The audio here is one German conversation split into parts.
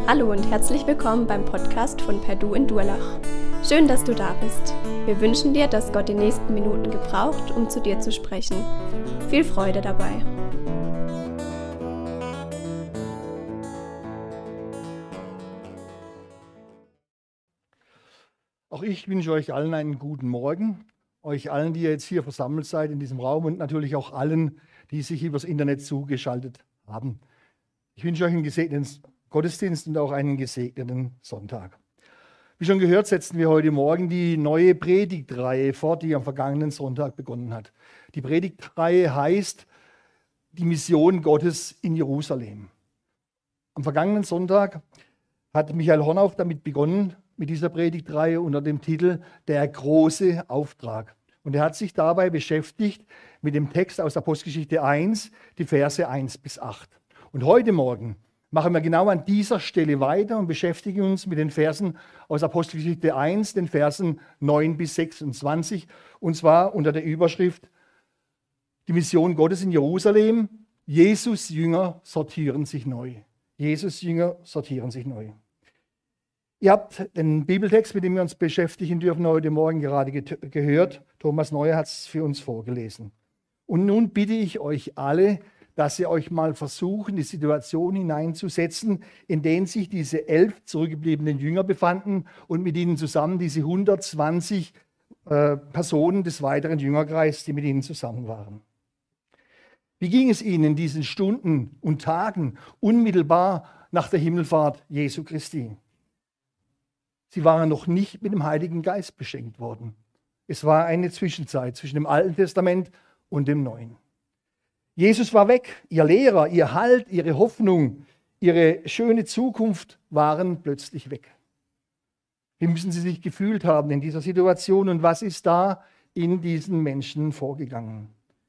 Hallo und herzlich willkommen beim Podcast von Perdu in Durlach. Schön, dass du da bist. Wir wünschen dir, dass Gott die nächsten Minuten gebraucht, um zu dir zu sprechen. Viel Freude dabei. Auch ich wünsche euch allen einen guten Morgen. Euch allen, die ihr jetzt hier versammelt seid in diesem Raum und natürlich auch allen, die sich übers Internet zugeschaltet haben. Ich wünsche euch einen gesegneten Gottesdienst und auch einen gesegneten Sonntag. Wie schon gehört, setzen wir heute Morgen die neue Predigtreihe fort, die am vergangenen Sonntag begonnen hat. Die Predigtreihe heißt die Mission Gottes in Jerusalem. Am vergangenen Sonntag hat Michael Hornauch damit begonnen, mit dieser Predigtreihe unter dem Titel Der große Auftrag. Und er hat sich dabei beschäftigt mit dem Text aus Apostelgeschichte 1, die Verse 1 bis 8. Und heute Morgen machen wir genau an dieser Stelle weiter und beschäftigen uns mit den Versen aus Apostelgeschichte 1, den Versen 9 bis 26, und zwar unter der Überschrift Die Mission Gottes in Jerusalem, Jesus Jünger sortieren sich neu. Jesus Jünger sortieren sich neu. Ihr habt den Bibeltext, mit dem wir uns beschäftigen dürfen, heute Morgen gerade gehört. Thomas Neuer hat es für uns vorgelesen. Und nun bitte ich euch alle, dass ihr euch mal versuchen, die Situation hineinzusetzen, in der sich diese 11 zurückgebliebenen Jünger befanden und mit ihnen zusammen diese 120 Personen des weiteren Jüngerkreises, die mit ihnen zusammen waren. Wie ging es ihnen in diesen Stunden und Tagen unmittelbar nach der Himmelfahrt Jesu Christi? Sie waren noch nicht mit dem Heiligen Geist beschenkt worden. Es war eine Zwischenzeit zwischen dem Alten Testament und dem Neuen. Jesus war weg, ihr Lehrer, ihr Halt, ihre Hoffnung, ihre schöne Zukunft waren plötzlich weg. Wie müssen sie sich gefühlt haben in dieser Situation und was ist da in diesen Menschen vorgegangen?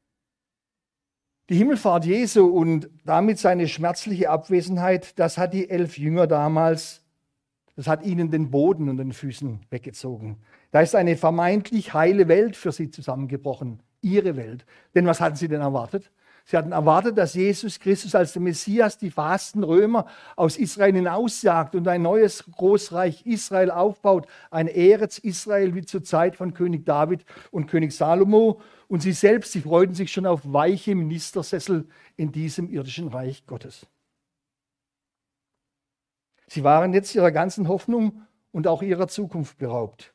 Die Himmelfahrt Jesu und damit seine schmerzliche Abwesenheit, das hat die 11 Jünger damals, das hat ihnen den Boden unter den Füßen weggezogen. Da ist eine vermeintlich heile Welt für sie zusammengebrochen, ihre Welt. Denn was hatten sie denn erwartet? Sie hatten erwartet, dass Jesus Christus als der Messias die verhassten Römer aus Israel hinausjagt und ein neues Großreich Israel aufbaut, ein Eretz Israel wie zur Zeit von König David und König Salomo. Und sie selbst, sie freuten sich schon auf weiche Ministersessel in diesem irdischen Reich Gottes. Sie waren jetzt ihrer ganzen Hoffnung und auch ihrer Zukunft beraubt.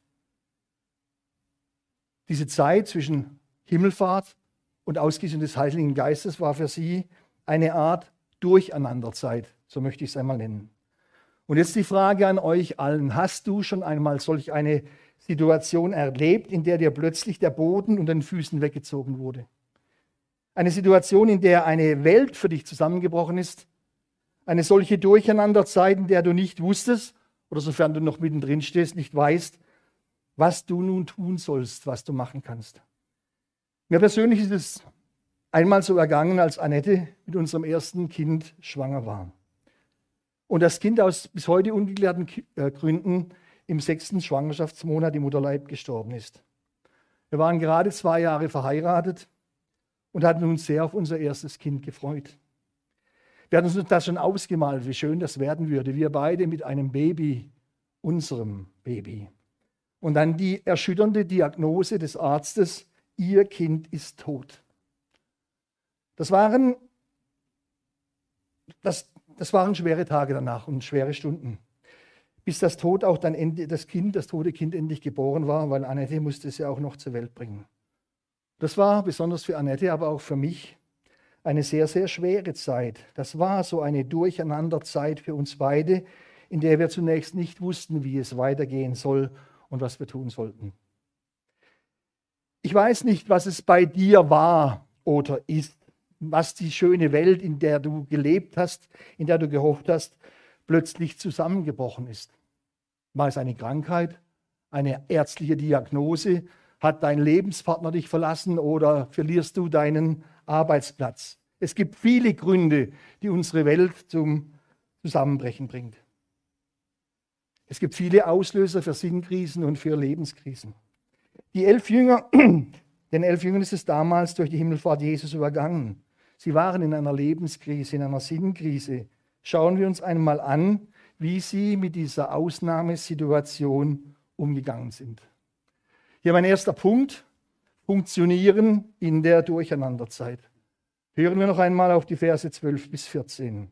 Diese Zeit zwischen Himmelfahrt und Ausgießung des Heiligen Geistes war für sie eine Art Durcheinanderzeit, so möchte ich es einmal nennen. Und jetzt die Frage an euch allen: Hast du schon einmal solch eine Situation erlebt, in der dir plötzlich der Boden unter den Füßen weggezogen wurde? Eine Situation, in der eine Welt für dich zusammengebrochen ist? Eine solche Durcheinanderzeit, in der du nicht wusstest, oder sofern du noch mittendrin stehst, nicht weißt, was du nun tun sollst, was du machen kannst. Mir persönlich ist es einmal so ergangen, als Annette mit unserem ersten Kind schwanger war. Und das Kind aus bis heute ungeklärten Gründen im 6. Schwangerschaftsmonat im Mutterleib gestorben ist. Wir waren gerade 2 Jahre verheiratet und hatten uns sehr auf unser erstes Kind gefreut. Wir hatten uns das schon ausgemalt, wie schön das werden würde. Wir beide mit einem Baby, unserem Baby. Und dann die erschütternde Diagnose des Arztes: Ihr Kind ist tot. Das waren schwere Tage danach und schwere Stunden. Bis das tote Kind endlich geboren war, weil Annette musste es ja auch noch zur Welt bringen. Das war besonders für Annette, aber auch für mich eine sehr, sehr schwere Zeit. Das war so eine Durcheinanderzeit für uns beide, in der wir zunächst nicht wussten, wie es weitergehen soll und was wir tun sollten. Ich weiß nicht, was es bei dir war oder ist, was die schöne Welt, in der du gelebt hast, in der du gehofft hast, plötzlich zusammengebrochen ist. War es eine Krankheit, eine ärztliche Diagnose? Hat dein Lebenspartner dich verlassen oder verlierst du deinen Arbeitsplatz? Es gibt viele Gründe, die unsere Welt zum Zusammenbrechen bringt. Es gibt viele Auslöser für Sinnkrisen und für Lebenskrisen. Den 11 Jüngern ist es damals durch die Himmelfahrt Jesus übergangen. Sie waren in einer Lebenskrise, in einer Sinnkrise. Schauen wir uns einmal an, wie sie mit dieser Ausnahmesituation umgegangen sind. Hier mein erster Punkt: Funktionieren in der Durcheinanderzeit. Hören wir noch einmal auf die Verse 12 bis 14.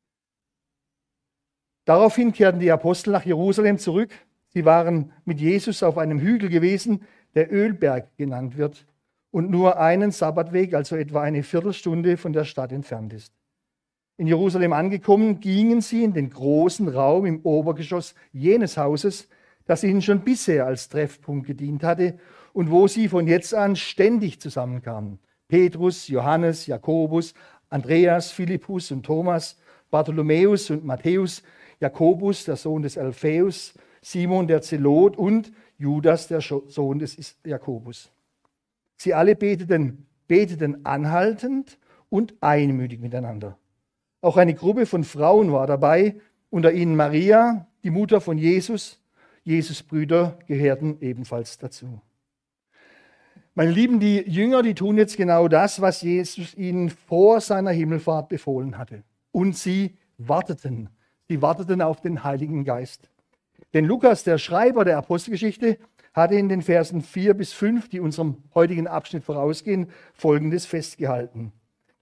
Daraufhin kehrten die Apostel nach Jerusalem zurück. Sie waren mit Jesus auf einem Hügel gewesen, der Ölberg genannt wird und nur einen Sabbatweg, also etwa eine Viertelstunde von der Stadt entfernt ist. In Jerusalem angekommen, gingen sie in den großen Raum im Obergeschoss jenes Hauses, das ihnen schon bisher als Treffpunkt gedient hatte und wo sie von jetzt an ständig zusammenkamen. Petrus, Johannes, Jakobus, Andreas, Philippus und Thomas, Bartholomäus und Matthäus, Jakobus, der Sohn des Alphaeus, Simon der Zelot und Judas, der Sohn des Jakobus. Sie alle beteten anhaltend und einmütig miteinander. Auch eine Gruppe von Frauen war dabei, unter ihnen Maria, die Mutter von Jesus. Jesus' Brüder gehörten ebenfalls dazu. Meine Lieben, die Jünger, die tun jetzt genau das, was Jesus ihnen vor seiner Himmelfahrt befohlen hatte. Und sie warteten. Sie warteten auf den Heiligen Geist. Denn Lukas, der Schreiber der Apostelgeschichte, hatte in den Versen 4 bis 5, die unserem heutigen Abschnitt vorausgehen, Folgendes festgehalten.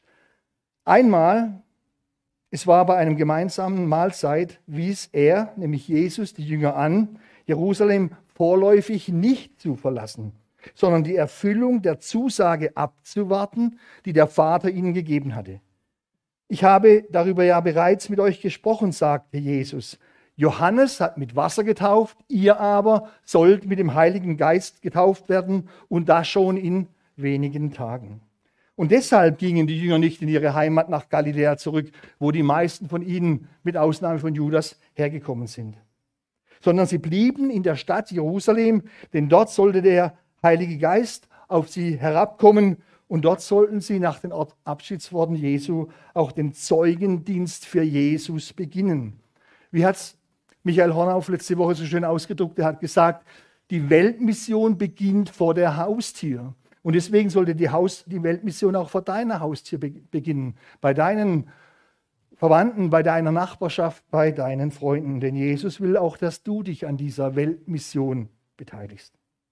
Einmal, es war bei einem gemeinsamen Mahlzeit, wies er, nämlich Jesus, die Jünger an, Jerusalem vorläufig nicht zu verlassen, sondern die Erfüllung der Zusage abzuwarten, die der Vater ihnen gegeben hatte. Ich habe darüber ja bereits mit euch gesprochen, sagte Jesus. Johannes hat mit Wasser getauft, ihr aber sollt mit dem Heiligen Geist getauft werden und das schon in wenigen Tagen. Und deshalb gingen die Jünger nicht in ihre Heimat nach Galiläa zurück, wo die meisten von ihnen, mit Ausnahme von Judas, hergekommen sind, sondern sie blieben in der Stadt Jerusalem, denn dort sollte der Heilige Geist auf sie herabkommen und dort sollten sie nach den Abschiedsworten Jesu auch den Zeugendienst für Jesus beginnen. Wie hat es Michael Hornauf letzte Woche so schön ausgedrückt? Er hat gesagt, die Weltmission beginnt vor der Haustür. Und deswegen sollte die Weltmission auch vor deiner Haustür beginnen. Bei deinen Verwandten, bei deiner Nachbarschaft, bei deinen Freunden. Denn Jesus will auch, dass du dich an dieser Weltmission beteiligst.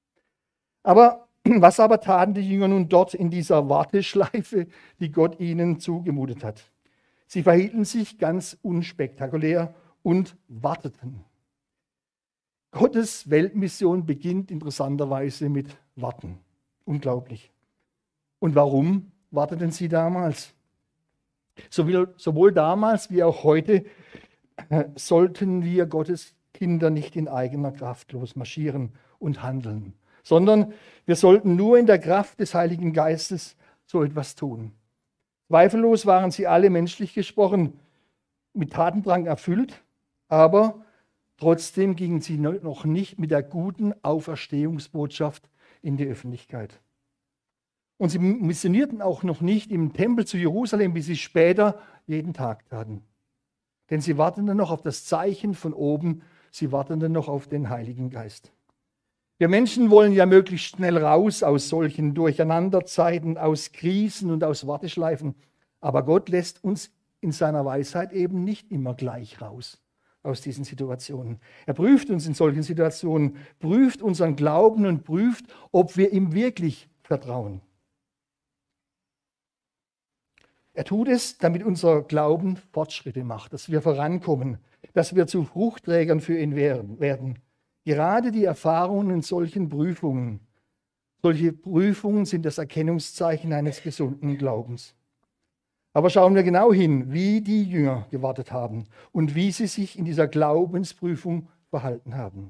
Was aber taten die Jünger nun dort in dieser Warteschleife, die Gott ihnen zugemutet hat? Sie verhielten sich ganz unspektakulär und warteten. Gottes Weltmission beginnt interessanterweise mit Warten. Unglaublich. Und warum warteten sie damals? Sowohl damals wie auch heute sollten wir Gottes Kinder nicht in eigener Kraft losmarschieren und handeln, sondern wir sollten nur in der Kraft des Heiligen Geistes so etwas tun. Zweifellos waren sie alle menschlich gesprochen mit Tatendrang erfüllt, aber trotzdem gingen sie noch nicht mit der guten Auferstehungsbotschaft in die Öffentlichkeit. Und sie missionierten auch noch nicht im Tempel zu Jerusalem, wie sie später jeden Tag taten. Denn sie warteten noch auf das Zeichen von oben, sie warteten noch auf den Heiligen Geist. Wir Menschen wollen ja möglichst schnell raus aus solchen Durcheinanderzeiten, aus Krisen und aus Warteschleifen. Aber Gott lässt uns in seiner Weisheit eben nicht immer gleich raus aus diesen Situationen. Er prüft uns in solchen Situationen, prüft unseren Glauben und prüft, ob wir ihm wirklich vertrauen. Er tut es, damit unser Glauben Fortschritte macht, dass wir vorankommen, dass wir zu Fruchtträgern für ihn werden. Gerade die Erfahrungen in solchen Prüfungen, solche Prüfungen sind das Erkennungszeichen eines gesunden Glaubens. Aber schauen wir genau hin, wie die Jünger gewartet haben und wie sie sich in dieser Glaubensprüfung verhalten haben.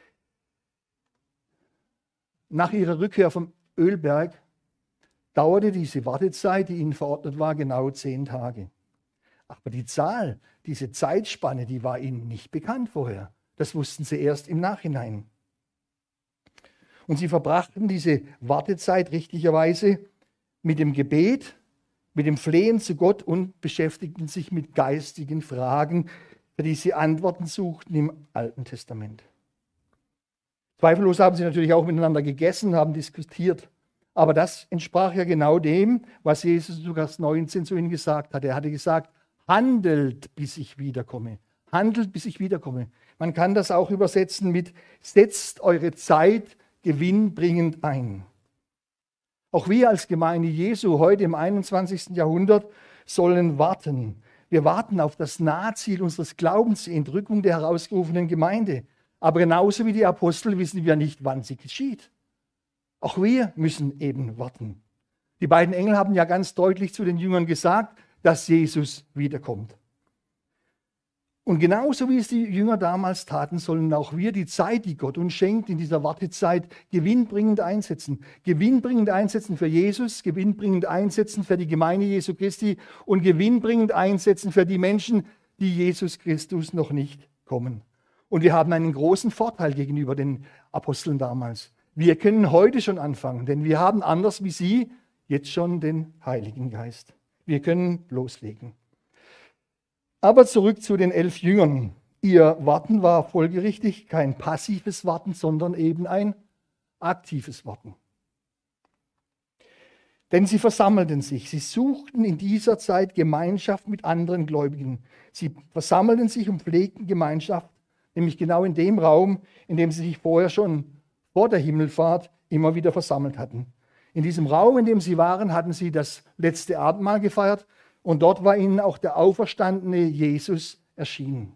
Nach ihrer Rückkehr vom Ölberg dauerte diese Wartezeit, die ihnen verordnet war, genau 10 Tage. Aber die Zahl, diese Zeitspanne, die war ihnen nicht bekannt vorher. Das wussten sie erst im Nachhinein. Und sie verbrachten diese Wartezeit richtigerweise mit dem Gebet, mit dem Flehen zu Gott und beschäftigten sich mit geistigen Fragen, für die sie Antworten suchten im Alten Testament. Zweifellos haben sie natürlich auch miteinander gegessen, haben diskutiert. Aber das entsprach ja genau dem, was Jesus in Lukas 19 zu ihnen gesagt hat. Er hatte gesagt, handelt, bis ich wiederkomme. handelt, bis ich wiederkomme. Man kann das auch übersetzen mit, setzt eure Zeit gewinnbringend ein. Auch wir als Gemeinde Jesu heute im 21. Jahrhundert sollen warten. Wir warten auf das Nahziel unseres Glaubens, die Entrückung der herausgerufenen Gemeinde. Aber genauso wie die Apostel wissen wir nicht, wann sie geschieht. Auch wir müssen eben warten. Die beiden Engel haben ja ganz deutlich zu den Jüngern gesagt, dass Jesus wiederkommt. Und genauso wie es die Jünger damals taten, sollen auch wir die Zeit, die Gott uns schenkt, in dieser Wartezeit gewinnbringend einsetzen. Gewinnbringend einsetzen für Jesus, gewinnbringend einsetzen für die Gemeinde Jesu Christi und gewinnbringend einsetzen für die Menschen, die Jesus Christus noch nicht kommen. Und wir haben einen großen Vorteil gegenüber den Aposteln damals. Wir können heute schon anfangen, denn wir haben anders wie sie jetzt schon den Heiligen Geist. Wir können loslegen. Aber zurück zu den 11 Jüngern. Ihr Warten war folgerichtig kein passives Warten, sondern eben ein aktives Warten. Denn sie versammelten sich. Sie suchten in dieser Zeit Gemeinschaft mit anderen Gläubigen. Sie versammelten sich und pflegten Gemeinschaft, nämlich genau in dem Raum, in dem sie sich vorher schon vor der Himmelfahrt immer wieder versammelt hatten. In diesem Raum, in dem sie waren, hatten sie das letzte Abendmahl gefeiert. Und dort war ihnen auch der auferstandene Jesus erschienen.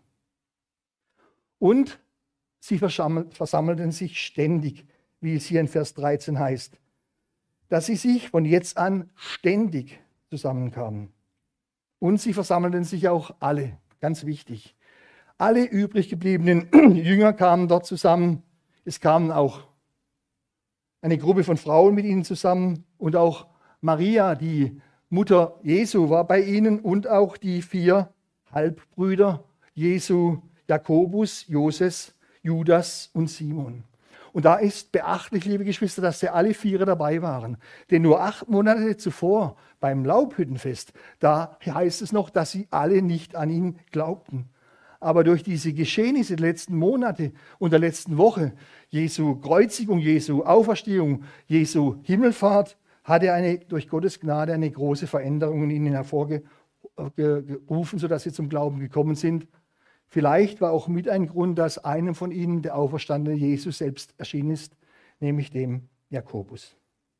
Und sie versammelten sich ständig, wie es hier in Vers 13 heißt, dass sie sich von jetzt an ständig zusammenkamen. Und sie versammelten sich auch alle, ganz wichtig. Alle übrig gebliebenen Jünger kamen dort zusammen. Es kamen auch eine Gruppe von Frauen mit ihnen zusammen und auch Maria, die Mutter Jesu, war bei ihnen und auch die 4 Halbbrüder Jesu, Jakobus, Joses, Judas und Simon. Und da ist beachtlich, liebe Geschwister, dass sie alle 4 dabei waren. Denn nur 8 Monate zuvor beim Laubhüttenfest, da heißt es noch, dass sie alle nicht an ihn glaubten. Aber durch diese Geschehnisse der letzten Monate und der letzten Woche, Jesu Kreuzigung, Jesu Auferstehung, Jesu Himmelfahrt, hat er durch Gottes Gnade eine große Veränderung in ihnen hervorgerufen, sodass sie zum Glauben gekommen sind. Vielleicht war auch mit ein Grund, dass einem von ihnen der auferstandene Jesus selbst erschienen ist, nämlich dem Jakobus.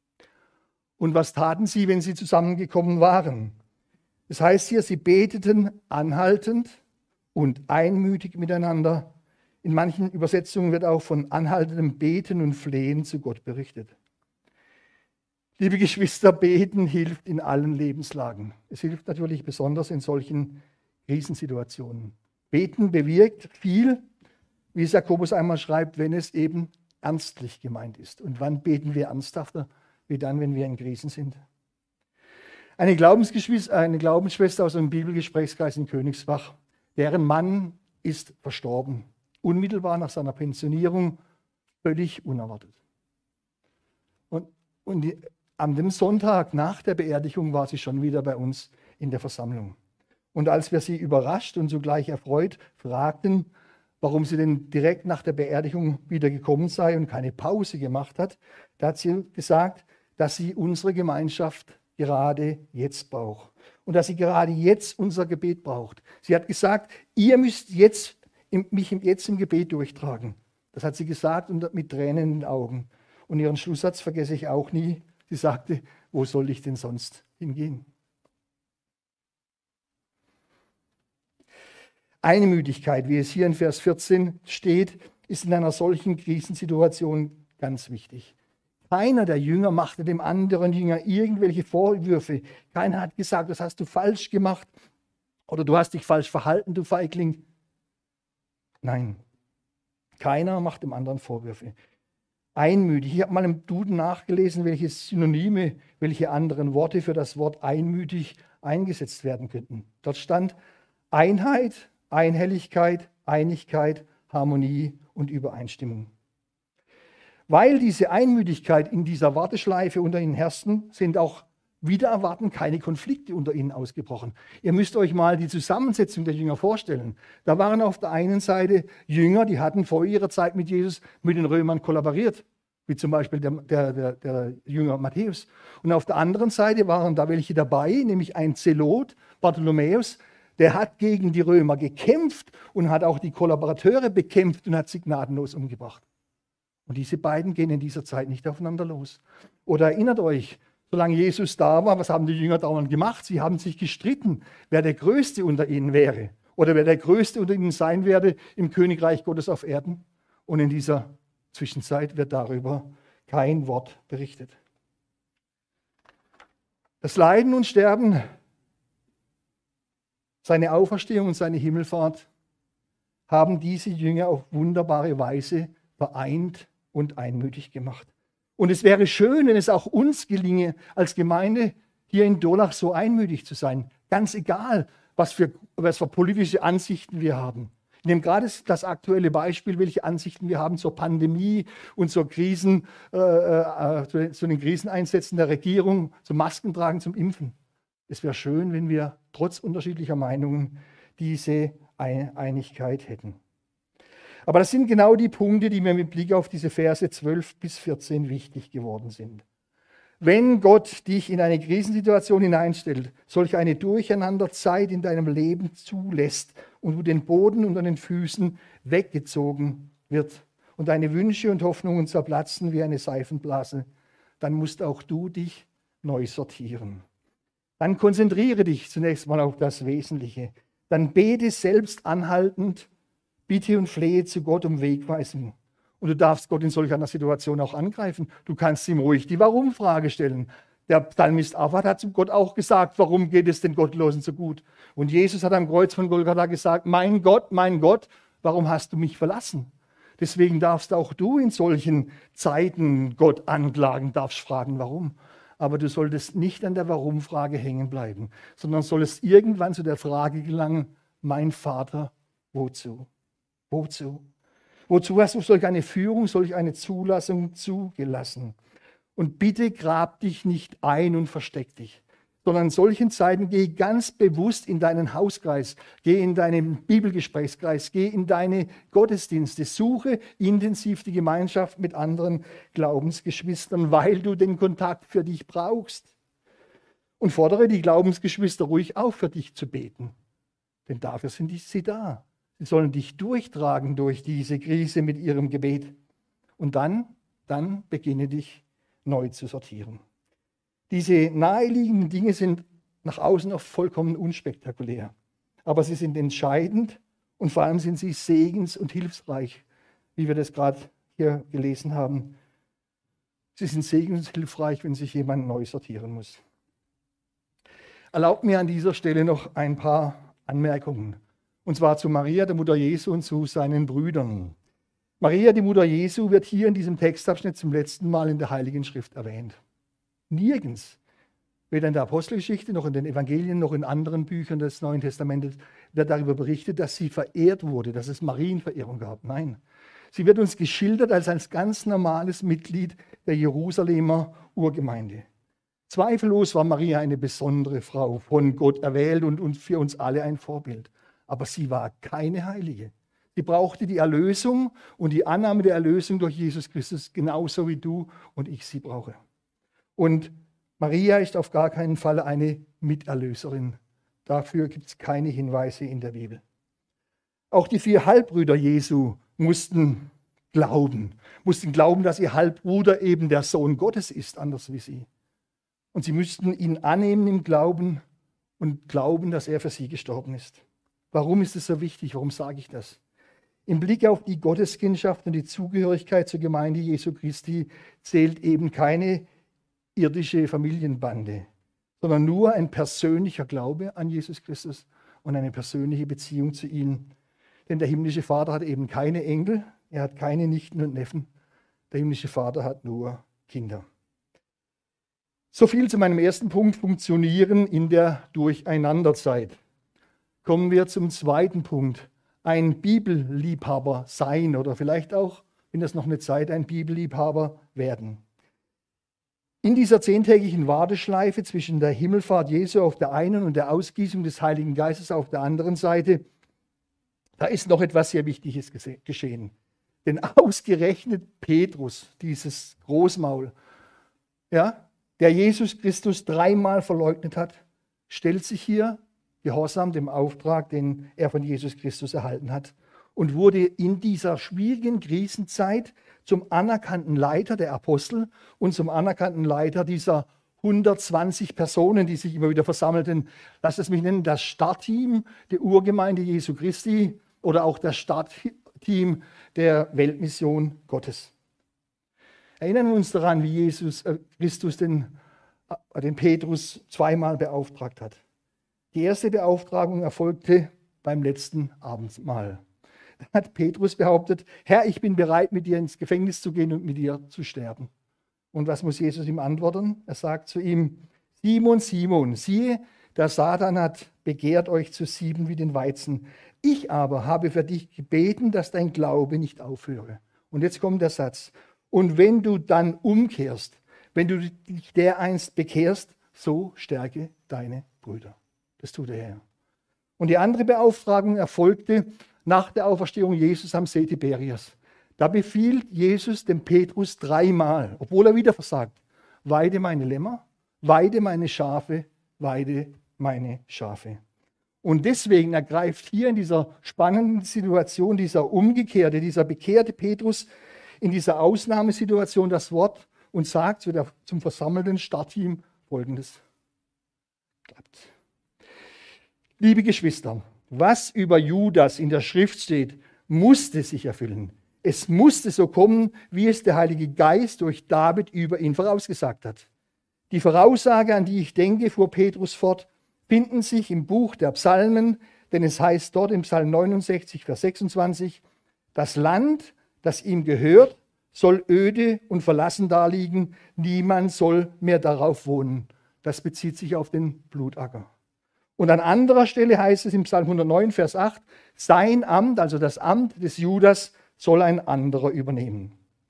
Und was taten sie, wenn sie zusammengekommen waren? Das heißt hier, sie beteten anhaltend und einmütig miteinander. In manchen Übersetzungen wird auch von anhaltendem Beten und Flehen zu Gott berichtet. Liebe Geschwister, beten hilft in allen Lebenslagen. Es hilft natürlich besonders in solchen Krisensituationen. Beten bewirkt viel, wie es Jakobus einmal schreibt, wenn es eben ernstlich gemeint ist. Und wann beten wir ernsthafter, wie dann, wenn wir in Krisen sind? Eine Glaubensschwester aus einem Bibelgesprächskreis in Königsbach, deren Mann ist verstorben, unmittelbar nach seiner Pensionierung, völlig unerwartet. Und an dem Sonntag nach der Beerdigung war sie schon wieder bei uns in der Versammlung. Und als wir sie überrascht und zugleich erfreut fragten, warum sie denn direkt nach der Beerdigung wieder gekommen sei und keine Pause gemacht hat, da hat sie gesagt, dass sie unsere Gemeinschaft gerade jetzt braucht. Und dass sie gerade jetzt unser Gebet braucht. Sie hat gesagt, ihr müsst mich jetzt im Gebet durchtragen. Das hat sie gesagt und mit Tränen in den Augen. Und ihren Schlusssatz vergesse ich auch nie. Sie sagte, wo soll ich denn sonst hingehen? Einmütigkeit, wie es hier in Vers 14 steht, ist in einer solchen Krisensituation ganz wichtig. Keiner der Jünger machte dem anderen Jünger irgendwelche Vorwürfe. Keiner hat gesagt, das hast du falsch gemacht oder du hast dich falsch verhalten, du Feigling. Nein, keiner macht dem anderen Vorwürfe. Einmütig. Ich habe mal im Duden nachgelesen, welche Synonyme, welche anderen Worte für das Wort einmütig eingesetzt werden könnten. Dort stand Einheit, Einhelligkeit, Einigkeit, Harmonie und Übereinstimmung. Weil diese Einmütigkeit in dieser Warteschleife unter ihnen herrschten, sind auch wieder erwarten keine Konflikte unter ihnen ausgebrochen. Ihr müsst euch mal die Zusammensetzung der Jünger vorstellen. Da waren auf der einen Seite Jünger, die hatten vor ihrer Zeit mit Jesus mit den Römern kollaboriert, wie zum Beispiel der Jünger Matthäus. Und auf der anderen Seite waren da welche dabei, nämlich ein Zelot, Bartholomäus, Der hat gegen die Römer gekämpft und hat auch die Kollaborateure bekämpft und hat sie gnadenlos umgebracht. Und diese beiden gehen in dieser Zeit nicht aufeinander los. Oder erinnert euch, solange Jesus da war, was haben die Jünger dauernd gemacht? Sie haben sich gestritten, wer der Größte unter ihnen wäre oder wer der Größte unter ihnen sein werde im Königreich Gottes auf Erden. Und in dieser Zwischenzeit wird darüber kein Wort berichtet. Das Leiden und Sterben, seine Auferstehung und seine Himmelfahrt haben diese Jünger auf wunderbare Weise vereint und einmütig gemacht. Und es wäre schön, wenn es auch uns gelinge, als Gemeinde hier in Durlach so einmütig zu sein. Ganz egal, was für politische Ansichten wir haben. Ich nehme gerade das aktuelle Beispiel, welche Ansichten wir haben zur Pandemie und zu den Kriseneinsätzen der Regierung, zum Maskentragen, zum Impfen. Es wäre schön, wenn wir trotz unterschiedlicher Meinungen diese Einigkeit hätten. Aber das sind genau die Punkte, die mir mit Blick auf diese Verse 12 bis 14 wichtig geworden sind. Wenn Gott dich in eine Krisensituation hineinstellt, solch eine Durcheinanderzeit in deinem Leben zulässt und du den Boden unter den Füßen weggezogen wird und deine Wünsche und Hoffnungen zerplatzen wie eine Seifenblase, dann musst auch du dich neu sortieren. Dann konzentriere dich zunächst mal auf das Wesentliche. Dann bete selbst anhaltend, bitte und flehe zu Gott um Wegweisung. Und du darfst Gott in solch einer Situation auch angreifen. Du kannst ihm ruhig die Warum-Frage stellen. Der Psalmist Asaph hat zu Gott auch gesagt, warum geht es den Gottlosen so gut? Und Jesus hat am Kreuz von Golgatha gesagt, mein Gott, warum hast du mich verlassen? Deswegen darfst auch du in solchen Zeiten Gott anklagen, darfst fragen, warum. Aber du solltest nicht an der Warum-Frage hängen bleiben, sondern solltest irgendwann zu der Frage gelangen, mein Vater, wozu? Wozu? Wozu hast du solch eine Führung, solch eine Zulassung zugelassen? Und bitte grab dich nicht ein und versteck dich, sondern in solchen Zeiten geh ganz bewusst in deinen Hauskreis, geh in deinen Bibelgesprächskreis, geh in deine Gottesdienste, suche intensiv die Gemeinschaft mit anderen Glaubensgeschwistern, weil du den Kontakt für dich brauchst. Und fordere die Glaubensgeschwister ruhig auf, für dich zu beten, denn dafür sind sie da. Sie sollen dich durchtragen durch diese Krise mit ihrem Gebet. Und dann beginne dich neu zu sortieren. Diese naheliegenden Dinge sind nach außen oft vollkommen unspektakulär. Aber sie sind entscheidend und vor allem sind sie segens- und hilfsreich, wie wir das gerade hier gelesen haben. Sie sind segens- und hilfreich, wenn sich jemand neu sortieren muss. Erlaubt mir an dieser Stelle noch ein paar Anmerkungen. Und zwar zu Maria, der Mutter Jesu, und zu seinen Brüdern. Maria, die Mutter Jesu, wird hier in diesem Textabschnitt zum letzten Mal in der Heiligen Schrift erwähnt. Nirgends, weder in der Apostelgeschichte, noch in den Evangelien, noch in anderen Büchern des Neuen Testamentes, wird darüber berichtet, dass sie verehrt wurde, dass es Marienverehrung gab. Nein, sie wird uns geschildert als ein ganz normales Mitglied der Jerusalemer Urgemeinde. Zweifellos war Maria eine besondere Frau, von Gott erwählt und für uns alle ein Vorbild. Aber sie war keine Heilige. Sie brauchte die Erlösung und die Annahme der Erlösung durch Jesus Christus, genauso wie du und ich sie brauche. Und Maria ist auf gar keinen Fall eine Miterlöserin. Dafür gibt es keine Hinweise in der Bibel. Auch die 4 Halbbrüder Jesu mussten glauben, dass ihr Halbbruder eben der Sohn Gottes ist, anders wie sie. Und sie müssten ihn annehmen im Glauben und glauben, dass er für sie gestorben ist. Warum ist es so wichtig? Warum sage ich das? Im Blick auf die Gotteskindschaft und die Zugehörigkeit zur Gemeinde Jesu Christi zählt eben keine irdische Familienbande, sondern nur ein persönlicher Glaube an Jesus Christus und eine persönliche Beziehung zu ihm. Denn der himmlische Vater hat eben keine Enkel, er hat keine Nichten und Neffen. Der himmlische Vater hat nur Kinder. So viel zu meinem ersten Punkt, Funktionieren in der Durcheinanderzeit. Kommen wir zum zweiten Punkt, ein Bibelliebhaber sein oder vielleicht auch, wenn das noch eine Zeit, ein Bibelliebhaber werden. In dieser 10-tägigen Warteschleife zwischen der Himmelfahrt Jesu auf der einen und der Ausgießung des Heiligen Geistes auf der anderen Seite, da ist noch etwas sehr Wichtiges geschehen. Denn ausgerechnet Petrus, dieses Großmaul, ja, der Jesus Christus 3-mal verleugnet hat, stellt sich hier gehorsam dem Auftrag, den er von Jesus Christus erhalten hat, und wurde in dieser schwierigen Krisenzeit zum anerkannten Leiter der Apostel und zum anerkannten Leiter dieser 120 Personen, die sich immer wieder versammelten. Lass es mich nennen, das Startteam der Urgemeinde Jesu Christi oder auch das Startteam der Weltmission Gottes. Erinnern wir uns daran, wie Jesus Christus den Petrus zweimal beauftragt hat. Die erste Beauftragung erfolgte beim letzten Abendmahl. Dann hat Petrus behauptet: Herr, ich bin bereit, mit dir ins Gefängnis zu gehen und mit dir zu sterben. Und was muss Jesus ihm antworten? Er sagt zu ihm: Simon, Simon, siehe, der Satan hat begehrt, euch zu sieben wie den Weizen. Ich aber habe für dich gebeten, dass dein Glaube nicht aufhöre. Und jetzt kommt der Satz: Und wenn du dann umkehrst, wenn du dich dereinst bekehrst, so stärke deine Brüder. Das tut der Herr. Und die andere Beauftragung erfolgte nach der Auferstehung Jesus am See Tiberias. Da befiehlt Jesus dem Petrus dreimal, obwohl er wieder versagt: Weide meine Lämmer, weide meine Schafe, weide meine Schafe. Und deswegen ergreift hier in dieser spannenden Situation dieser umgekehrte, dieser bekehrte Petrus in dieser Ausnahmesituation das Wort und sagt zum versammelten Startteam Folgendes: Klappt. Liebe Geschwister, was über Judas in der Schrift steht, musste sich erfüllen. Es musste so kommen, wie es der Heilige Geist durch David über ihn vorausgesagt hat. Die Voraussage, an die ich denke, fuhr Petrus fort, finden sich im Buch der Psalmen, denn es heißt dort im Psalm 69, Vers 26, das Land, das ihm gehört, soll öde und verlassen daliegen, niemand soll mehr darauf wohnen. Das bezieht sich auf den Blutacker. Und an anderer Stelle heißt es im Psalm 109, Vers 8, sein Amt, also das Amt des Judas, soll ein anderer übernehmen.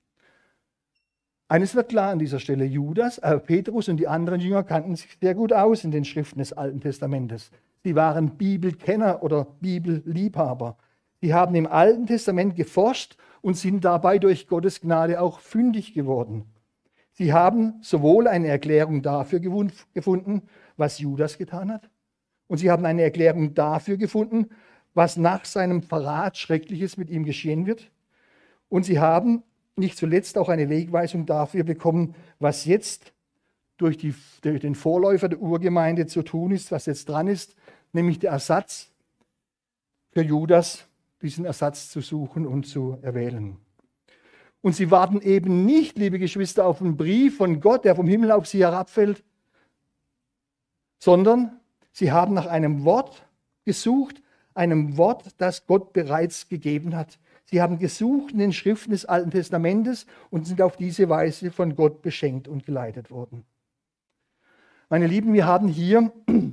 Eines wird klar an dieser Stelle: Petrus und die anderen Jünger kannten sich sehr gut aus in den Schriften des Alten Testamentes. Sie waren Bibelkenner oder Bibelliebhaber. Sie haben im Alten Testament geforscht und sind dabei durch Gottes Gnade auch fündig geworden. Sie haben sowohl eine Erklärung dafür gefunden, was Judas getan hat, und sie haben eine Erklärung dafür gefunden, was nach seinem Verrat Schreckliches mit ihm geschehen wird. Und sie haben nicht zuletzt auch eine Wegweisung dafür bekommen, was jetzt durch den Vorläufer der Urgemeinde zu tun ist, was jetzt dran ist, nämlich der Ersatz für Judas, diesen Ersatz zu suchen und zu erwählen. Und sie warten eben nicht, liebe Geschwister, auf einen Brief von Gott, der vom Himmel auf sie herabfällt, sondern sie haben nach einem Wort gesucht, einem Wort, das Gott bereits gegeben hat. Sie haben gesucht in den Schriften des Alten Testamentes und sind auf diese Weise von Gott beschenkt und geleitet worden. Meine Lieben, wir haben hier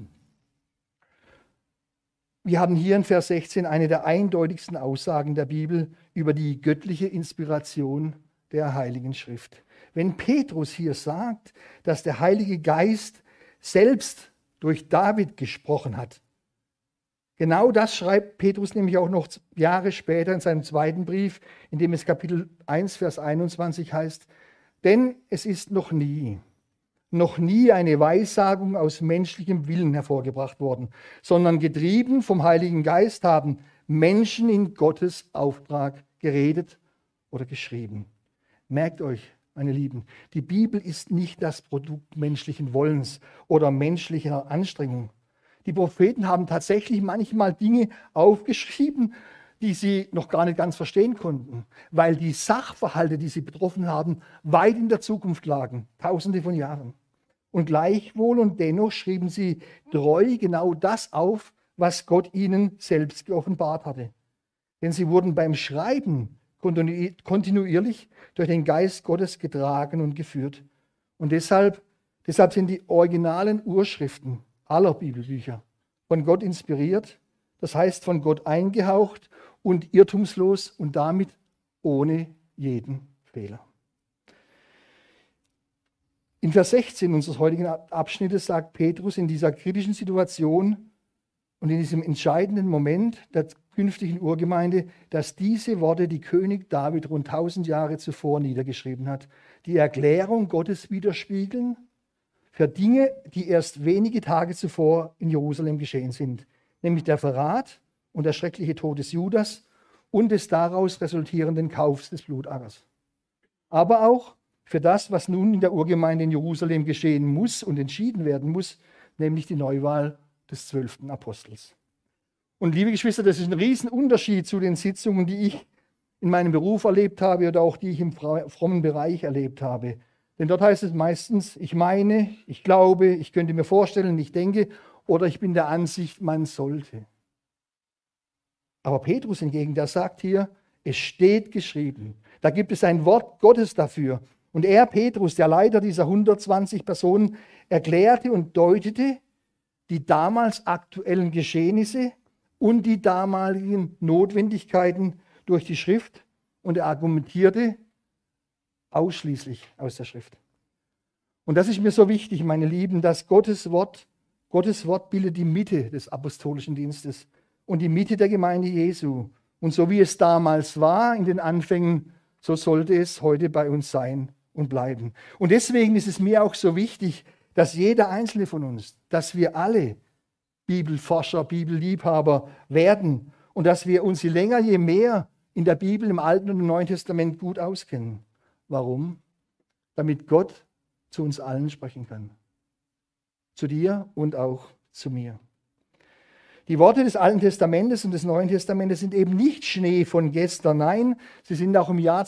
in Vers 16 eine der eindeutigsten Aussagen der Bibel über die göttliche Inspiration der Heiligen Schrift. Wenn Petrus hier sagt, dass der Heilige Geist selbst durch David gesprochen hat, genau das schreibt Petrus nämlich auch noch Jahre später in seinem zweiten Brief, in dem es Kapitel 1, Vers 21 heißt: Denn es ist noch nie eine Weissagung aus menschlichem Willen hervorgebracht worden, sondern getrieben vom Heiligen Geist haben Menschen in Gottes Auftrag geredet oder geschrieben. Merkt euch, meine Lieben, die Bibel ist nicht das Produkt menschlichen Wollens oder menschlicher Anstrengung. Die Propheten haben tatsächlich manchmal Dinge aufgeschrieben, die sie noch gar nicht ganz verstehen konnten, weil die Sachverhalte, die sie betroffen haben, weit in der Zukunft lagen, tausende von Jahren. Und gleichwohl und dennoch schrieben sie treu genau das auf, was Gott ihnen selbst geoffenbart hatte. Denn sie wurden beim Schreiben kontinuierlich durch den Geist Gottes getragen und geführt. Und deshalb sind die originalen Urschriften aller Bibelbücher von Gott inspiriert, das heißt von Gott eingehaucht und irrtumslos und damit ohne jeden Fehler. In Vers 16 unseres heutigen Abschnittes sagt Petrus in dieser kritischen Situation und in diesem entscheidenden Moment der künftigen Urgemeinde, dass diese Worte die König David rund 1000 Jahre zuvor niedergeschrieben hat, die Erklärung Gottes widerspiegeln für Dinge, die erst wenige Tage zuvor in Jerusalem geschehen sind. nämlich der Verrat und der schreckliche Tod des Judas und des daraus resultierenden Kaufs des Blutackers. Aber auch für das, was nun in der Urgemeinde in Jerusalem geschehen muss und entschieden werden muss, nämlich die Neuwahl des 12. Apostels. Und liebe Geschwister, das ist ein Riesenunterschied zu den Sitzungen, die ich in meinem Beruf erlebt habe oder auch die ich im frommen Bereich erlebt habe. Denn dort heißt es meistens, ich meine, ich glaube, ich könnte mir vorstellen, ich denke oder ich bin der Ansicht, man sollte. Aber Petrus hingegen, der sagt hier, es steht geschrieben. Da gibt es ein Wort Gottes dafür. Und er, Petrus, der Leiter dieser 120 Personen, erklärte und deutete die damals aktuellen Geschehnisse und die damaligen Notwendigkeiten durch die Schrift. Und er argumentierte ausschließlich aus der Schrift. Und das ist mir so wichtig, meine Lieben, dass Gottes Wort bildet die Mitte des apostolischen Dienstes und die Mitte der Gemeinde Jesu. Und so wie es damals war in den Anfängen, so sollte es heute bei uns sein und bleiben. Und deswegen ist es mir auch so wichtig, dass jeder Einzelne von uns, dass wir alle Bibelforscher, Bibelliebhaber werden und dass wir uns je länger, je mehr in der Bibel, im Alten und im Neuen Testament gut auskennen. Warum? Damit Gott zu uns allen sprechen kann. Zu dir und auch zu mir. Die Worte des Alten Testamentes und des Neuen Testamentes sind eben nicht Schnee von gestern. Nein, sie sind auch im Jahr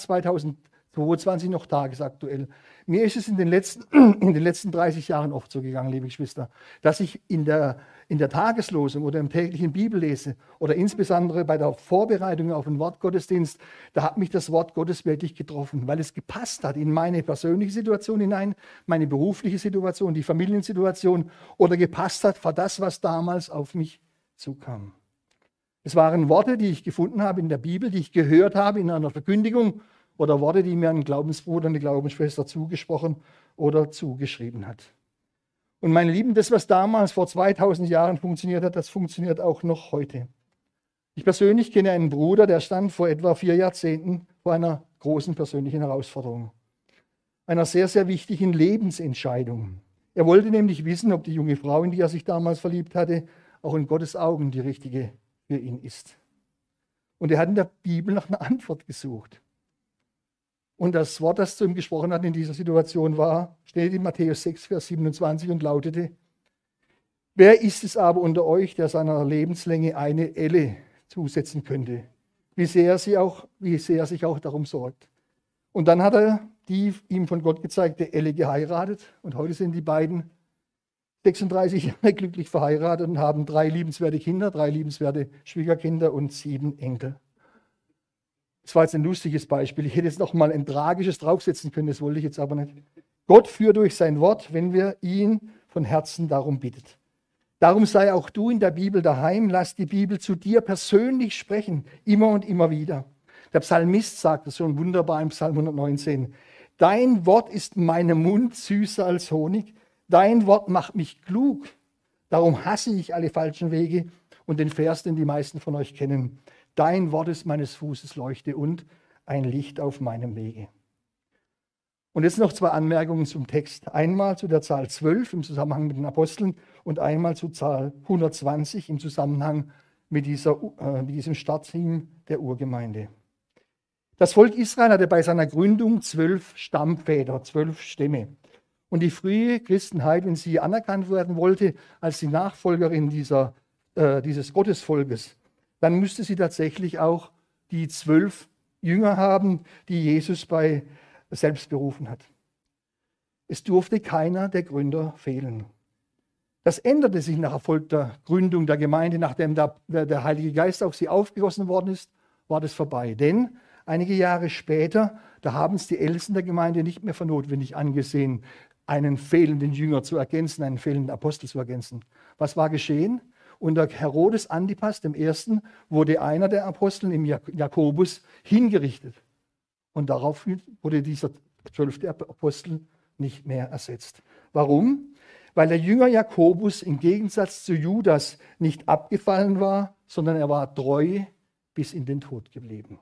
2022 noch tagesaktuell. Mir ist es in den letzten 30 Jahren oft so gegangen, liebe Geschwister, dass ich in der Tageslosung oder im täglichen Bibellese oder insbesondere bei der Vorbereitung auf den Wortgottesdienst, da hat mich das Wort Gottes wirklich getroffen, weil es gepasst hat in meine persönliche Situation hinein, meine berufliche Situation, die Familiensituation oder gepasst hat für das, was damals auf mich zukam. Es waren Worte, die ich gefunden habe in der Bibel, die ich gehört habe in einer Verkündigung oder Worte, die mir ein Glaubensbruder, eine Glaubensschwester zugesprochen oder zugeschrieben hat. Und meine Lieben, das, was damals vor 2000 Jahren funktioniert hat, das funktioniert auch noch heute. Ich persönlich kenne einen Bruder, der stand vor etwa 4 Jahrzehnten vor einer großen persönlichen Herausforderung. Einer sehr, sehr wichtigen Lebensentscheidung. Er wollte nämlich wissen, ob die junge Frau, in die er sich damals verliebt hatte, auch in Gottes Augen die richtige für ihn ist. Und er hat in der Bibel nach einer Antwort gesucht. Und das Wort, das zu ihm gesprochen hat in dieser Situation war, steht in Matthäus 6, Vers 27 und lautete, wer ist es aber unter euch, der seiner Lebenslänge eine Elle zusetzen könnte, wie sehr er sich auch darum sorgt. Und dann hat er die ihm von Gott gezeigte Elle geheiratet und heute sind die beiden 36 Jahre glücklich verheiratet und haben 3 liebenswerte Kinder, 3 liebenswerte Schwiegerkinder und 7 Enkel. Das war jetzt ein lustiges Beispiel. Ich hätte jetzt noch mal ein tragisches draufsetzen können, das wollte ich jetzt aber nicht. Gott führt durch sein Wort, wenn wir ihn von Herzen darum bittet. Darum sei auch du in der Bibel daheim, lass die Bibel zu dir persönlich sprechen, immer und immer wieder. Der Psalmist sagt das schon wunderbar im Psalm 119. Dein Wort ist meinem Mund süßer als Honig. Dein Wort macht mich klug. Darum hasse ich alle falschen Wege und den Vers, den die meisten von euch kennen. Dein Wort ist meines Fußes Leuchte und ein Licht auf meinem Wege. Und jetzt noch 2 Anmerkungen zum Text. Einmal zu der Zahl 12 im Zusammenhang mit den Aposteln und einmal zur Zahl 120 im Zusammenhang mit diesem Startteam der Urgemeinde. Das Volk Israel hatte bei seiner Gründung 12 Stammväter, 12 Stämme. Und die frühe Christenheit, wenn sie anerkannt werden wollte als die Nachfolgerin dieses Gottesvolkes, dann müsste sie tatsächlich auch die 12 Jünger haben, die Jesus selbst berufen hat. Es durfte keiner der Gründer fehlen. Das änderte sich nach erfolgter Gründung der Gemeinde, nachdem der Heilige Geist auf sie aufgegossen worden ist, war das vorbei. Denn einige Jahre später, da haben es die Ältesten der Gemeinde nicht mehr für notwendig angesehen, einen fehlenden Jünger zu ergänzen, einen fehlenden Apostel zu ergänzen. Was war geschehen? Unter Herodes Antipas I. wurde einer der Apostel, im Jakobus, hingerichtet. Und daraufhin wurde dieser 12. Apostel nicht mehr ersetzt. Warum? Weil der Jünger Jakobus im Gegensatz zu Judas nicht abgefallen war, sondern er war treu bis in den Tod geblieben.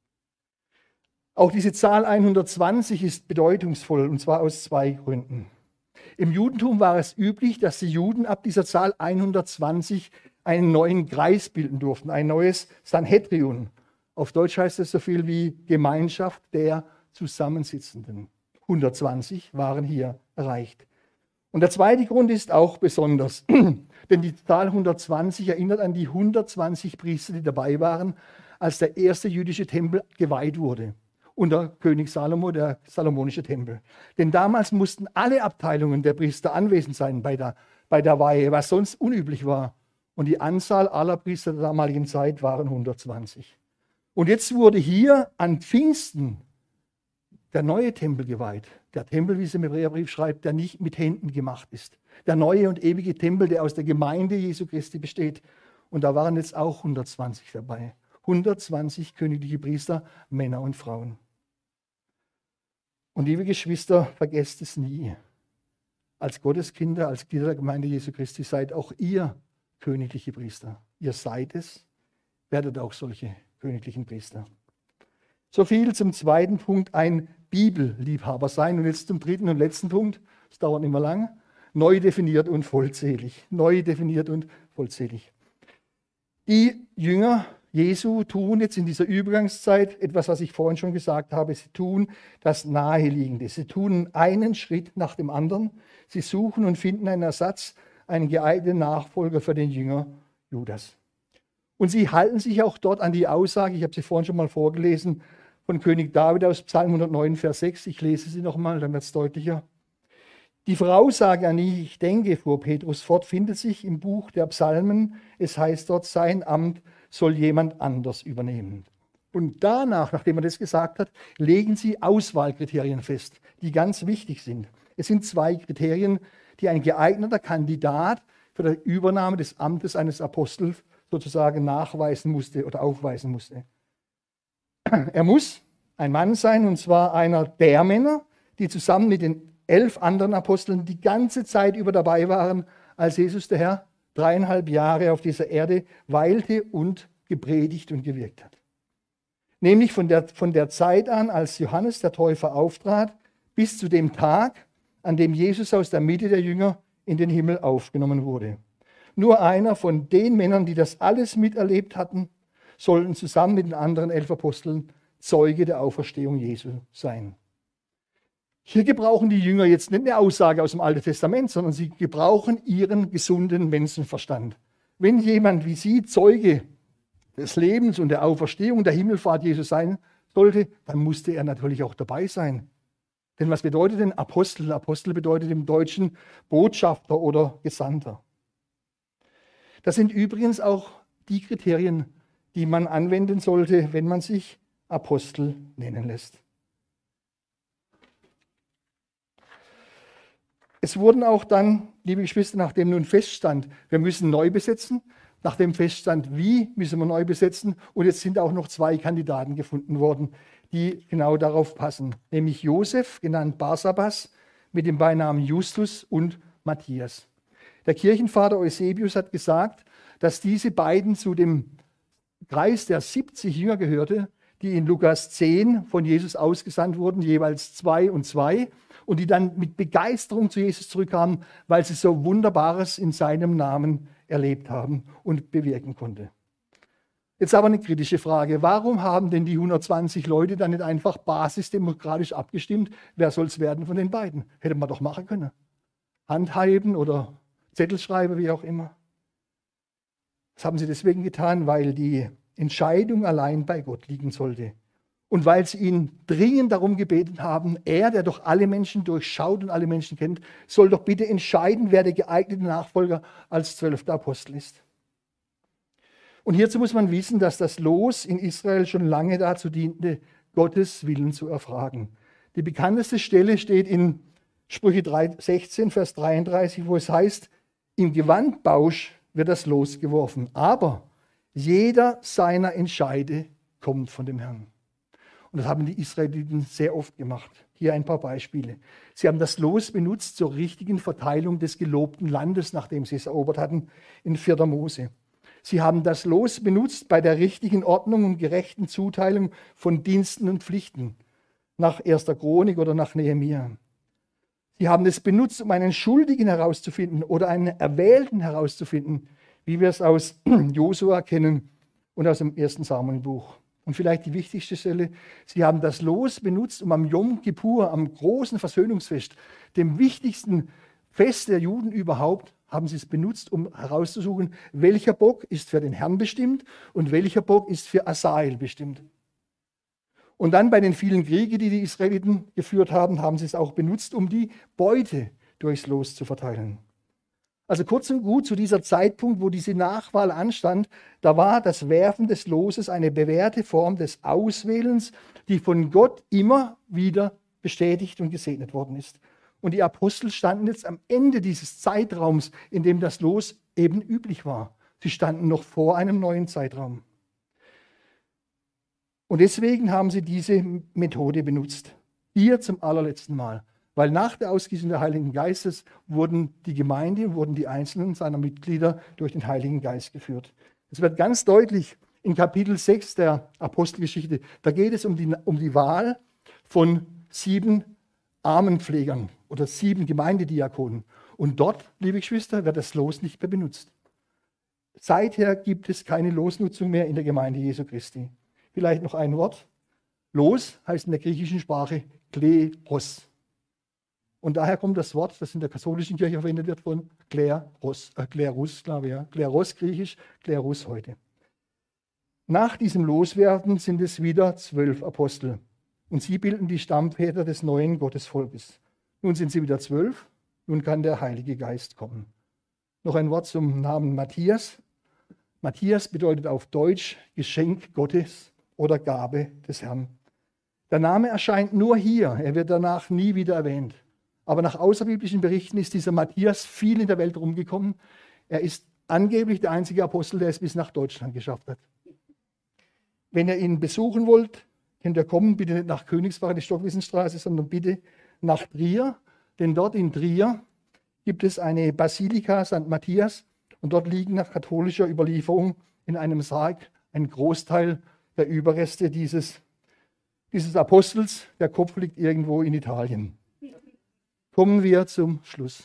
Auch diese Zahl 120 ist bedeutungsvoll, und zwar aus 2 Gründen. Im Judentum war es üblich, dass die Juden ab dieser Zahl 120 einen neuen Kreis bilden durften, ein neues Sanhedrion. Auf Deutsch heißt es so viel wie Gemeinschaft der Zusammensitzenden. 120 waren hier erreicht. Und der zweite Grund ist auch besonders, denn die Zahl 120 erinnert an die 120 Priester, die dabei waren, als der erste jüdische Tempel geweiht wurde, unter König Salomo, der salomonische Tempel. Denn damals mussten alle Abteilungen der Priester anwesend sein bei der Weihe, was sonst unüblich war. Und die Anzahl aller Priester der damaligen Zeit waren 120. Und jetzt wurde hier an Pfingsten der neue Tempel geweiht. Der Tempel, wie es im Hebräerbrief schreibt, der nicht mit Händen gemacht ist. Der neue und ewige Tempel, der aus der Gemeinde Jesu Christi besteht. Und da waren jetzt auch 120 dabei. 120 königliche Priester, Männer und Frauen. Und liebe Geschwister, vergesst es nie. Als Gotteskinder, als Glieder der Gemeinde Jesu Christi seid auch ihr königliche Priester. Ihr seid es, werdet auch solche königlichen Priester. So viel zum zweiten Punkt, ein Bibelliebhaber sein. Und jetzt zum dritten und letzten Punkt, es dauert nicht mehr lang, neu definiert und vollzählig. Neu definiert und vollzählig. Die Jünger Jesu tun jetzt in dieser Übergangszeit etwas, was ich vorhin schon gesagt habe. Sie tun das Naheliegende. Sie tun einen Schritt nach dem anderen. Sie suchen und finden einen Ersatz, einen geeigneten Nachfolger für den Jünger Judas. Und sie halten sich auch dort an die Aussage, ich habe sie vorhin schon mal vorgelesen, von König David aus Psalm 109, Vers 6. Ich lese sie nochmal, dann wird es deutlicher. Die Voraussage, an die ich denke, fuhr Petrus fort, findet sich im Buch der Psalmen. Es heißt dort, sein Amt soll jemand anders übernehmen. Und danach, nachdem er das gesagt hat, legen sie Auswahlkriterien fest, die ganz wichtig sind. Es sind 2 Kriterien, die ein geeigneter Kandidat für die Übernahme des Amtes eines Apostels sozusagen nachweisen musste oder aufweisen musste. Er muss ein Mann sein, und zwar einer der Männer, die zusammen mit den 11 anderen Aposteln die ganze Zeit über dabei waren, als Jesus der Herr 3,5 Jahre auf dieser Erde weilte und gepredigt und gewirkt hat. Nämlich von der Zeit an, als Johannes der Täufer auftrat, bis zu dem Tag, an dem Jesus aus der Mitte der Jünger in den Himmel aufgenommen wurde. Nur einer von den Männern, die das alles miterlebt hatten, sollten zusammen mit den anderen 11 Aposteln Zeuge der Auferstehung Jesu sein. Hier gebrauchen die Jünger jetzt nicht eine Aussage aus dem Alten Testament, sondern sie gebrauchen ihren gesunden Menschenverstand. Wenn jemand wie sie Zeuge des Lebens und der Auferstehung, der Himmelfahrt Jesu sein sollte, dann musste er natürlich auch dabei sein. Denn was bedeutet denn Apostel? Apostel bedeutet im Deutschen Botschafter oder Gesandter. Das sind übrigens auch die Kriterien, die man anwenden sollte, wenn man sich Apostel nennen lässt. Es wurden auch dann, liebe Geschwister, nachdem nun feststand, wir müssen neu besetzen, nachdem feststand, wie müssen wir neu besetzen, und jetzt sind auch noch 2 Kandidaten gefunden worden, die genau darauf passen, nämlich Josef, genannt Barsabas, mit dem Beinamen Justus, und Matthias. Der Kirchenvater Eusebius hat gesagt, dass diese beiden zu dem Kreis der 70 Jünger gehörte, die in Lukas 10 von Jesus ausgesandt wurden, jeweils 2 und 2, und die dann mit Begeisterung zu Jesus zurückkamen, weil sie so Wunderbares in seinem Namen erlebt haben und bewirken konnte. Jetzt aber eine kritische Frage. Warum haben denn die 120 Leute dann nicht einfach basisdemokratisch abgestimmt, wer soll es werden von den beiden? Hätte man doch machen können. Handheben oder Zettel schreiben, wie auch immer. Das haben sie deswegen getan, weil die Entscheidung allein bei Gott liegen sollte. Und weil sie ihn dringend darum gebeten haben, er, der doch alle Menschen durchschaut und alle Menschen kennt, soll doch bitte entscheiden, wer der geeignete Nachfolger als 12. Apostel ist. Und hierzu muss man wissen, dass das Los in Israel schon lange dazu diente, Gottes Willen zu erfragen. Die bekannteste Stelle steht in Sprüche 16, Vers 33, wo es heißt, im Gewandbausch wird das Los geworfen, aber jeder seiner Entscheide kommt von dem Herrn. Und das haben die Israeliten sehr oft gemacht. Hier ein paar Beispiele. Sie haben das Los benutzt zur richtigen Verteilung des gelobten Landes, nachdem sie es erobert hatten, in 4. Mose. Sie haben das Los benutzt bei der richtigen Ordnung und gerechten Zuteilung von Diensten und Pflichten, nach 1. Chronik oder nach Nehemia. Sie haben es benutzt, um einen Schuldigen herauszufinden oder einen Erwählten herauszufinden, wie wir es aus Josua kennen und aus dem 1. Samuelbuch. Und vielleicht die wichtigste Stelle, sie haben das Los benutzt, um am Jom Kippur, am großen Versöhnungsfest, dem wichtigsten Fest der Juden überhaupt, haben sie es benutzt, um herauszusuchen, welcher Bock ist für den Herrn bestimmt und welcher Bock ist für Asael bestimmt. Und dann bei den vielen Kriegen, die die Israeliten geführt haben, haben sie es auch benutzt, um die Beute durchs Los zu verteilen. Also kurz und gut, zu dieser Zeitpunkt, wo diese Nachwahl anstand, da war das Werfen des Loses eine bewährte Form des Auswählens, die von Gott immer wieder bestätigt und gesegnet worden ist. Und die Apostel standen jetzt am Ende dieses Zeitraums, in dem das Los eben üblich war. Sie standen noch vor einem neuen Zeitraum. Und deswegen haben sie diese Methode benutzt. Hier zum allerletzten Mal. Weil nach der Ausgießung des Heiligen Geistes wurden die Gemeinde, wurden die Einzelnen seiner Mitglieder durch den Heiligen Geist geführt. Es wird ganz deutlich in Kapitel 6 der Apostelgeschichte. Da geht es um die Wahl von 7 Armenpflegern oder 7 Gemeindediakonen. Und dort, liebe Geschwister, wird das Los nicht mehr benutzt. Seither gibt es keine Losnutzung mehr in der Gemeinde Jesu Christi. Vielleicht noch ein Wort. Los heißt in der griechischen Sprache Kleros. Und daher kommt das Wort, das in der katholischen Kirche verwendet wird, von Klerus, glaube ich. Ja. Kleros griechisch, Klerus heute. Nach diesem Loswerden sind es wieder 12 Apostel. Und sie bilden die Stammväter des neuen Gottesvolkes. Nun sind sie wieder 12, nun kann der Heilige Geist kommen. Noch ein Wort zum Namen Matthias. Matthias bedeutet auf Deutsch Geschenk Gottes oder Gabe des Herrn. Der Name erscheint nur hier, er wird danach nie wieder erwähnt. Aber nach außerbiblischen Berichten ist dieser Matthias viel in der Welt rumgekommen. Er ist angeblich der einzige Apostel, der es bis nach Deutschland geschafft hat. Wenn ihr ihn besuchen wollt, könnt ihr kommen, bitte nicht nach Königsbach, die Stockwissenstraße, sondern bitte nach Trier. Denn dort in Trier gibt es eine Basilika St. Matthias und dort liegen nach katholischer Überlieferung in einem Sarg ein Großteil der Überreste dieses Apostels. Der Kopf liegt irgendwo in Italien. Kommen wir zum Schluss.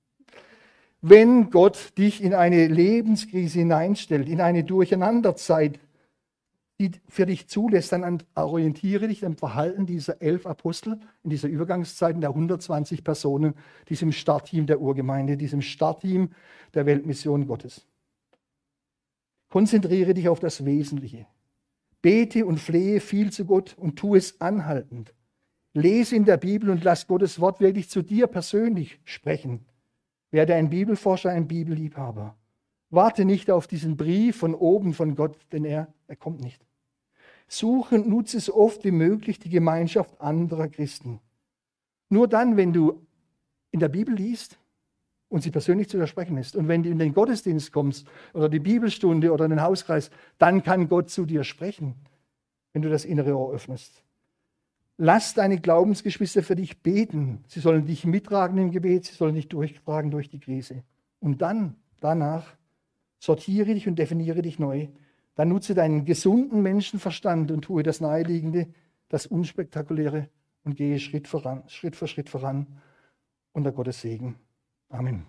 Wenn Gott dich in eine Lebenskrise hineinstellt, in eine Durcheinanderzeit, die für dich zulässt, dann orientiere dich am Verhalten dieser 11 Apostel in dieser Übergangszeit, in der 120 Personen, diesem Startteam der Urgemeinde, diesem Startteam der Weltmission Gottes. Konzentriere dich auf das Wesentliche. Bete und flehe viel zu Gott und tu es anhaltend. Lese in der Bibel und lass Gottes Wort wirklich zu dir persönlich sprechen. Werde ein Bibelforscher, ein Bibelliebhaber. Warte nicht auf diesen Brief von oben von Gott, denn er kommt nicht. Suche und nutze so oft wie möglich die Gemeinschaft anderer Christen. Nur dann, wenn du in der Bibel liest und sie persönlich zu dir sprechen lässt und wenn du in den Gottesdienst kommst oder die Bibelstunde oder den Hauskreis, dann kann Gott zu dir sprechen, wenn du das innere Ohr öffnest. Lass deine Glaubensgeschwister für dich beten. Sie sollen dich mittragen im Gebet, sie sollen dich durchtragen durch die Krise. Und dann, danach, sortiere dich und definiere dich neu. Dann nutze deinen gesunden Menschenverstand und tue das Naheliegende, das Unspektakuläre und gehe Schritt für Schritt voran unter Gottes Segen. Amen.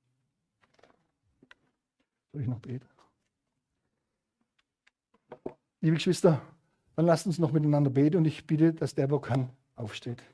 Soll ich noch beten? Liebe Geschwister, dann lasst uns noch miteinander beten und ich bitte, dass der, der kann, aufsteht.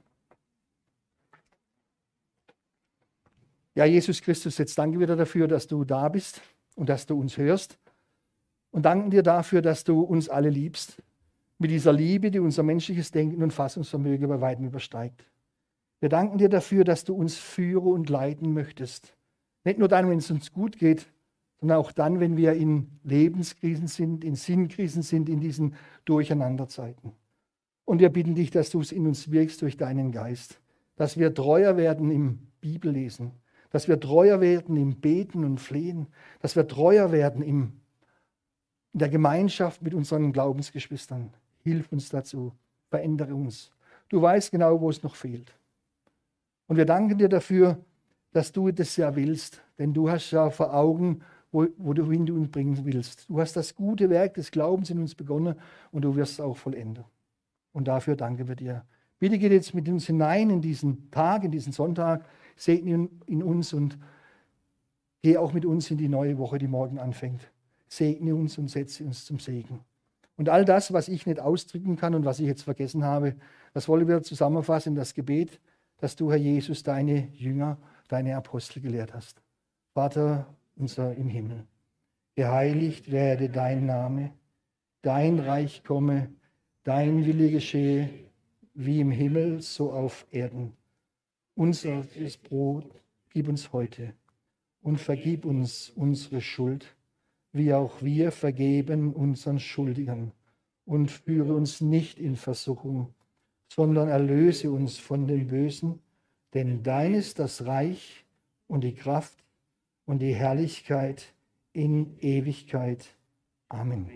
Ja, Jesus Christus, jetzt danke wieder dafür, dass du da bist und dass du uns hörst. Und danken dir dafür, dass du uns alle liebst. Mit dieser Liebe, die unser menschliches Denken und Fassungsvermögen bei weitem übersteigt. Wir danken dir dafür, dass du uns führen und leiten möchtest. Nicht nur dann, wenn es uns gut geht, sondern auch dann, wenn wir in Lebenskrisen sind, in Sinnkrisen sind, in diesen Durcheinanderzeiten. Und wir bitten dich, dass du es in uns wirkst durch deinen Geist. Dass wir treuer werden im Bibellesen. Dass wir treuer werden im Beten und Flehen. Dass wir treuer werden in der Gemeinschaft mit unseren Glaubensgeschwistern. Hilf uns dazu. Verändere uns. Du weißt genau, wo es noch fehlt. Und wir danken dir dafür, dass du das ja willst. Denn du hast ja vor Augen, wohin du uns bringen willst. Du hast das gute Werk des Glaubens in uns begonnen und du wirst es auch vollenden. Und dafür danken wir dir. Bitte geht jetzt mit uns hinein in diesen Tag, in diesen Sonntag. Segne in uns und Geh auch mit uns in die neue Woche, die morgen anfängt. Segne uns und setze uns zum Segen. Und all das, was ich nicht ausdrücken kann und was ich jetzt vergessen habe, das wollen wir zusammenfassen in das Gebet, das du, Herr Jesus, deine Jünger, deine Apostel gelehrt hast. Vater unser im Himmel, geheiligt werde dein Name, dein Reich komme, dein Wille geschehe, wie im Himmel, so auf Erden. Unser Brot gib uns heute und vergib uns unsere Schuld, wie auch wir vergeben unseren Schuldigern. Und führe uns nicht in Versuchung, sondern erlöse uns von dem Bösen, denn dein ist das Reich und die Kraft und die Herrlichkeit in Ewigkeit. Amen.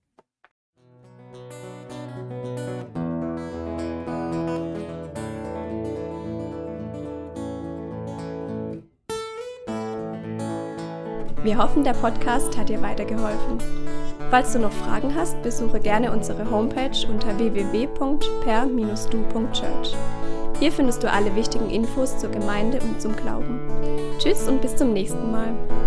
Wir hoffen, der Podcast hat dir weitergeholfen. Falls du noch Fragen hast, besuche gerne unsere Homepage unter www.per-du.church. Hier findest du alle wichtigen Infos zur Gemeinde und zum Glauben. Tschüss und bis zum nächsten Mal.